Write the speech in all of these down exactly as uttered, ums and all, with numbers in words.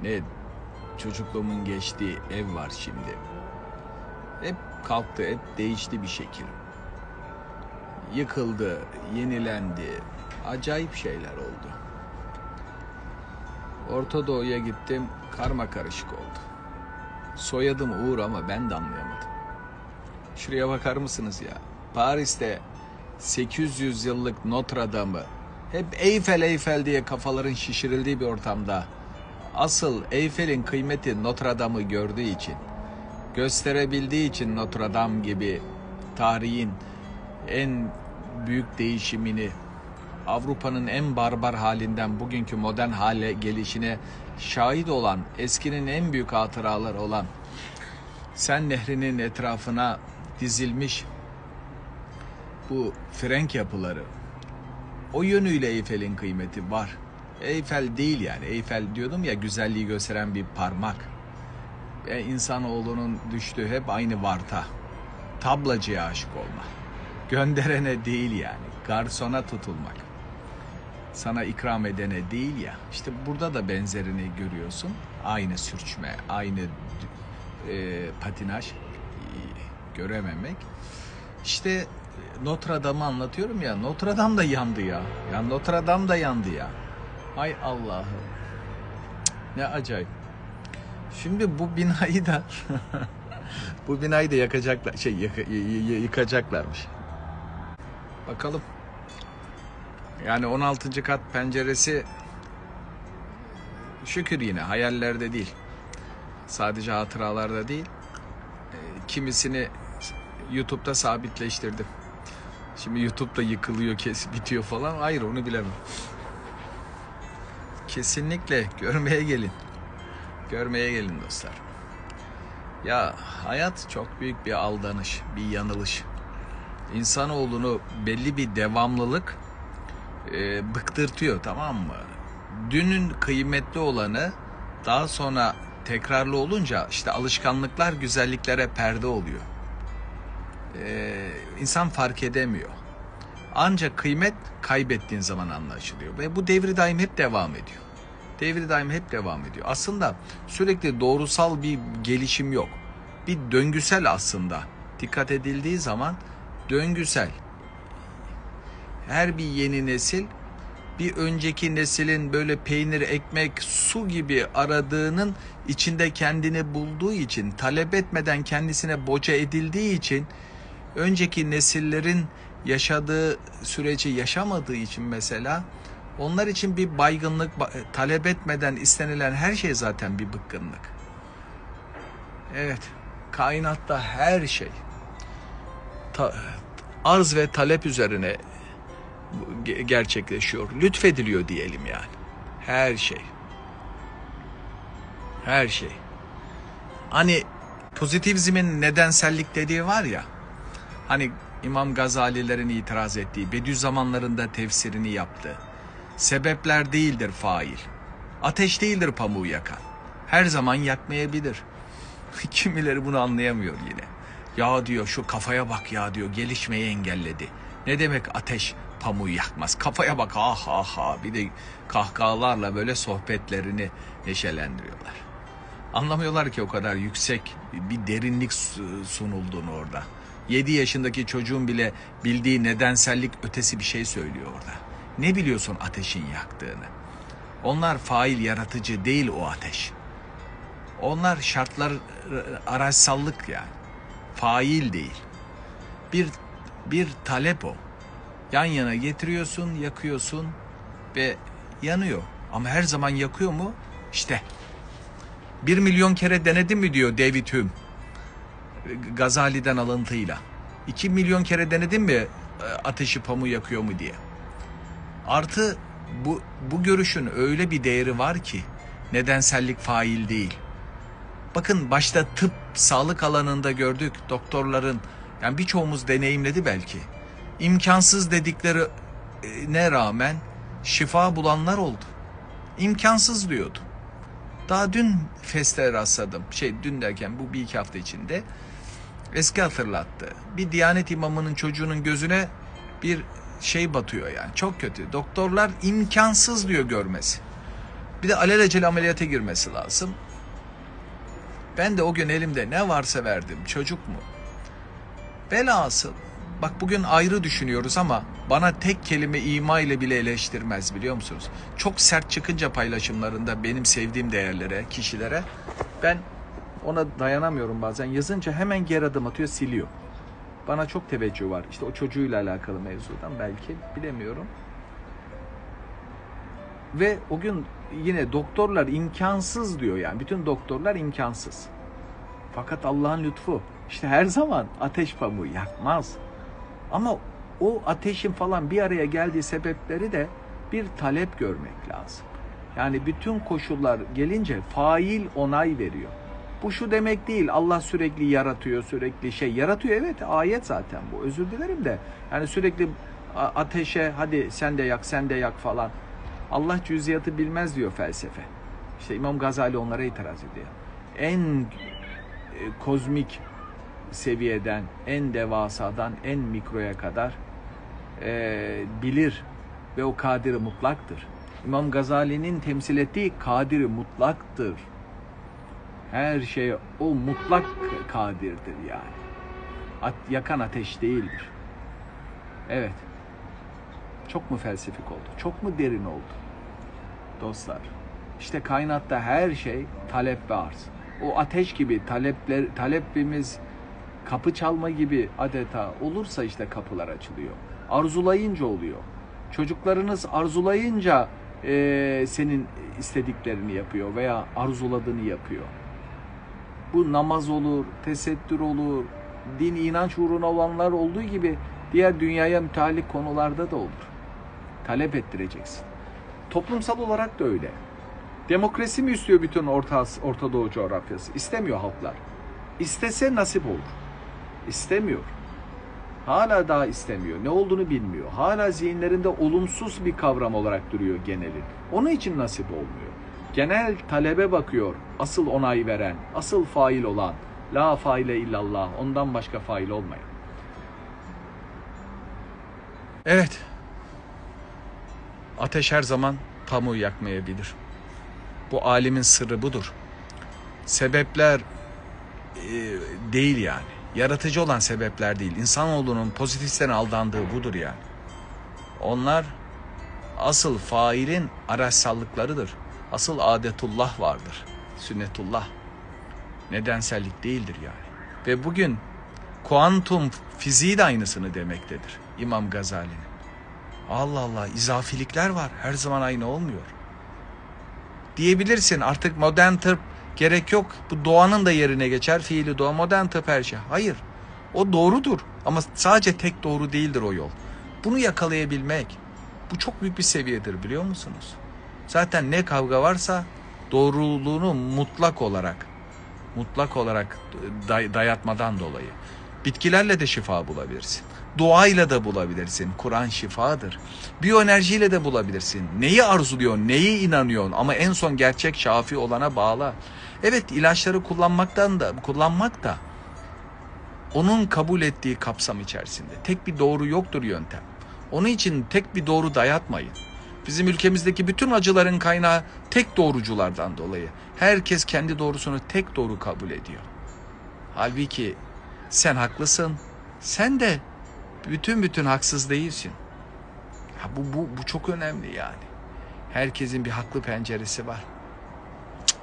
ne çocukluğumun geçtiği ev var şimdi. Hep kalktı, hep değişti bir şekil. Yıkıldı, yenilendi. Acayip şeyler oldu. Orta Doğu'ya gittim, karma karışık oldu. Soyadım Uğur ama ben de anlayamadım. Şuraya bakar mısınız ya? Paris'te sekiz yüz yıllık Notre Dame'ı hep Eyfel Eyfel diye kafaların şişirildiği bir ortamda asıl Eyfel'in kıymeti Notre Dame'ı gördüğü için, gösterebildiği için Notre Dame gibi tarihin en büyük değişimini, Avrupa'nın en barbar halinden bugünkü modern hale gelişine şahit olan, eskinin en büyük hatıraları olan Sen Nehri'nin etrafına dizilmiş bu frenk yapıları, o yönüyle Eyfel'in kıymeti var. Eyfel değil yani. Eyfel diyordum ya, güzelliği gösteren bir parmak. Ve insanoğlunun düştüğü hep aynı varta. Tablacıya aşık olma. Gönderene değil yani. Garsona tutulmak. Sana ikram edene değil ya. İşte burada da benzerini görüyorsun. Aynı sürçme, aynı e, patinaj, e, görememek. İşte Notre Dame'ı anlatıyorum ya. Notre Dame da yandı ya. Ya Notre Dame da yandı ya. Hay Allah'ım. Ne acayip. Şimdi bu binayı da bu binayı da yakacaklar. Şey yık, yıkacaklarmış. Bakalım. Yani on altıncı kat penceresi şükür yine hayallerde değil. Sadece hatıralarda değil. Kimisini YouTube'da sabitleştirdim. Şimdi YouTube'da yıkılıyor, kes, bitiyor falan. Hayır, onu bilemem. Kesinlikle görmeye gelin. Görmeye gelin dostlar. Ya hayat çok büyük bir aldanış, bir yanılış. İnsanoğlunu belli bir devamlılık e, bıktırtıyor, tamam mı? Dünün kıymetli olanı daha sonra tekrarlı olunca işte alışkanlıklar güzelliklere perde oluyor. Ee, insan fark edemiyor. Ancak kıymet kaybettiğin zaman anlaşılıyor. Ve bu devri daim hep devam ediyor. Devri daim hep devam ediyor. Aslında sürekli doğrusal bir gelişim yok. Bir döngüsel aslında. Dikkat edildiği zaman döngüsel. Her bir yeni nesil bir önceki neslin böyle peynir, ekmek, su gibi aradığının içinde kendini bulduğu için, talep etmeden kendisine boca edildiği için, önceki nesillerin yaşadığı süreci yaşamadığı için mesela, onlar için bir baygınlık, talep etmeden istenilen her şey zaten bir bıkkınlık. Evet, kainatta her şey ta, arz ve talep üzerine gerçekleşiyor. Lütfediliyor diyelim yani. Her şey. Her şey. Hani pozitivizmin nedensellik dediği var ya. Hani İmam Gazalilerin itiraz ettiği, Bediüzzamanların tefsirini yaptı. Sebepler değildir fail. Ateş değildir pamuğu yakan. Her zaman yakmayabilir. Kimileri bunu anlayamıyor yine. Ya diyor, şu kafaya bak ya diyor, gelişmeyi engelledi. Ne demek ateş pamuğu yakmaz? Kafaya bak, ah ah ah. Bir de kahkahalarla böyle sohbetlerini neşelendiriyorlar. Anlamıyorlar ki o kadar yüksek bir derinlik sunulduğunu orada. yedi yaşındaki çocuğun bile bildiği nedensellik ötesi bir şey söylüyor orada. Ne biliyorsun ateşin yaktığını? Onlar fail, yaratıcı değil o ateş. Onlar şartlar, araçsallık yani. Fail değil. Bir bir talep o. Yan yana getiriyorsun, yakıyorsun ve yanıyor. Ama her zaman yakıyor mu? İşte bir milyon kere denedin mi diyor David Hume, Gazali'den alıntıyla. İki milyon kere denedin mi ateşi pamuğu yakıyor mu diye. Artı bu, bu görüşün öyle bir değeri var ki nedensellik fail değil. Bakın başta tıp, sağlık alanında gördük doktorların, yani birçoğumuz deneyimledi belki. İmkansız dediklerine rağmen şifa bulanlar oldu. İmkansız diyordu. Daha dün feste rastladım. Şey dün derken bu bir iki hafta içinde. Eski hatırlattı. Bir Diyanet imamının çocuğunun gözüne bir şey batıyor yani. Çok kötü. Doktorlar imkansız diyor görmesi. Bir de alelacele ameliyata girmesi lazım. Ben de o gün elimde ne varsa verdim. Çocuk mu? Velhasıl, bak bugün ayrı düşünüyoruz ama bana tek kelime ima ile bile eleştirmez, biliyor musunuz? Çok sert çıkınca paylaşımlarında benim sevdiğim değerlere, kişilere ben ona dayanamıyorum bazen. Yazınca hemen geri adım atıyor, siliyor. Bana çok teveccüh var. İşte o çocuğuyla alakalı mevzudan belki, bilemiyorum. Ve o gün yine doktorlar imkansız diyor yani. Bütün doktorlar imkansız. Fakat Allah'ın lütfu işte her zaman ateş pamuğu yakmaz. Ama o ateşin falan bir araya geldiği sebepleri de bir talep görmek lazım. Yani bütün koşullar gelince fail onay veriyor. Bu şu demek değil, Allah sürekli yaratıyor, sürekli şey yaratıyor. Evet, ayet zaten bu. Özür dilerim de yani sürekli ateşe hadi sen de yak, sen de yak falan. Allah cüziyatı bilmez diyor felsefe. İşte İmam Gazali onlara itiraz ediyor. En e, kozmik seviyeden, en devasadan, en mikroya kadar e, bilir ve o kadiri mutlaktır. İmam Gazali'nin temsil ettiği kadiri mutlaktır. Her şey o mutlak kadirdir yani. At, yakan ateş değildir. Evet. Çok mu felsefik oldu? Çok mu derin oldu? Dostlar, işte kainatta her şey talep ve arz. O ateş gibi talepler, talepimiz kapı çalma gibi adeta olursa işte kapılar açılıyor. Arzulayınca oluyor. Çocuklarınız arzulayınca e, senin istediklerini yapıyor veya arzuladığını yapıyor. Bu namaz olur, tesettür olur, din inanç uğruna olanlar olduğu gibi diğer dünyaya müteallik konularda da olur. Talep ettireceksin. Toplumsal olarak da öyle. Demokrasi mi istiyor bütün Orta, Orta Doğu coğrafyası? İstemiyor halklar. İstese nasip olur. İstemiyor. Hala daha istemiyor. Ne olduğunu bilmiyor. Hala zihinlerinde olumsuz bir kavram olarak duruyor genelin. Onun için nasip olmuyor. Genel talebe bakıyor. Asıl onay veren, asıl fail olan. La faile illallah. Ondan başka fail olmayan. Evet. Ateş her zaman pamuğu yakmayabilir. Bu alimin sırrı budur. Sebepler e, değil yani. Yaratıcı olan sebepler değil. İnsanoğlunun pozitiflerin aldandığı budur yani. Onlar asıl failin araçsallıklarıdır. Asıl adetullah vardır. Sünnetullah. Nedensellik değildir yani. Ve bugün kuantum fiziği de aynısını demektedir İmam Gazali'nin. Allah Allah, izafilikler var. Her zaman aynı olmuyor. Diyebilirsin artık modern tıp gerek yok. Bu doğanın da yerine geçer. Fiili doğa, modern tıp her şey. Hayır. O doğrudur. Ama sadece tek doğru değildir o yol. Bunu yakalayabilmek. Bu çok büyük bir seviyedir, biliyor musunuz? Zaten ne kavga varsa doğruluğunu mutlak olarak mutlak olarak day- dayatmadan dolayı. Bitkilerle de şifa bulabilirsin. Duayla da bulabilirsin. Kur'an şifadır. Biyoenerjiyle de bulabilirsin. Neyi arzuluyorsun, neyi inanıyorsun ama en son gerçek şafi olana bağla. Evet, ilaçları kullanmaktan da kullanmak da onun kabul ettiği kapsam içerisinde. Tek bir doğru yoktur yöntem. Onun için tek bir doğru dayatmayın. Bizim ülkemizdeki bütün acıların kaynağı tek doğruculardan dolayı. Herkes kendi doğrusunu tek doğru kabul ediyor. Halbuki sen haklısın. Sen de bütün bütün haksız değilsin. Ha bu, bu, bu çok önemli yani. Herkesin bir haklı penceresi var. Cık.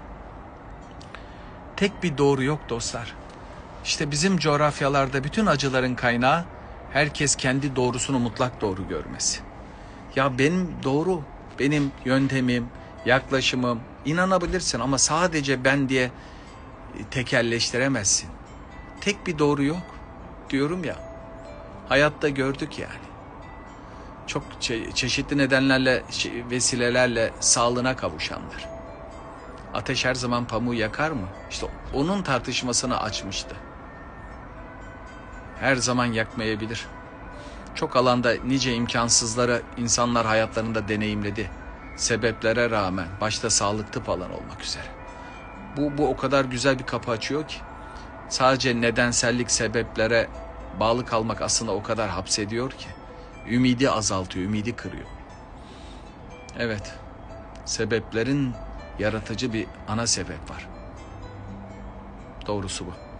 Tek bir doğru yok dostlar. İşte bizim coğrafyalarda bütün acıların kaynağı herkes kendi doğrusunu mutlak doğru görmesi. Ya benim doğru, benim yöntemim, yaklaşımım, inanabilirsin ama sadece ben diye tekelleştiremezsin. Tek bir doğru yok diyorum ya. Hayatta gördük yani. Çok çe- çeşitli nedenlerle, vesilelerle sağlığına kavuşanlar. Ateş her zaman pamuğu yakar mı? İşte onun tartışmasını açmıştı. Her zaman yakmayabilir. Çok alanda nice imkansızları insanlar hayatlarında deneyimledi. Sebeplere rağmen, başta sağlık tıp alanı olmak üzere. Bu, bu o kadar güzel bir kapı açıyor ki. Sadece nedensellik, sebeplere bağlı kalmak aslında o kadar hapsediyor ki. Ümidi azaltıyor, ümidi kırıyor. Evet, sebeplerin yaratıcı bir ana sebep var. Doğrusu bu.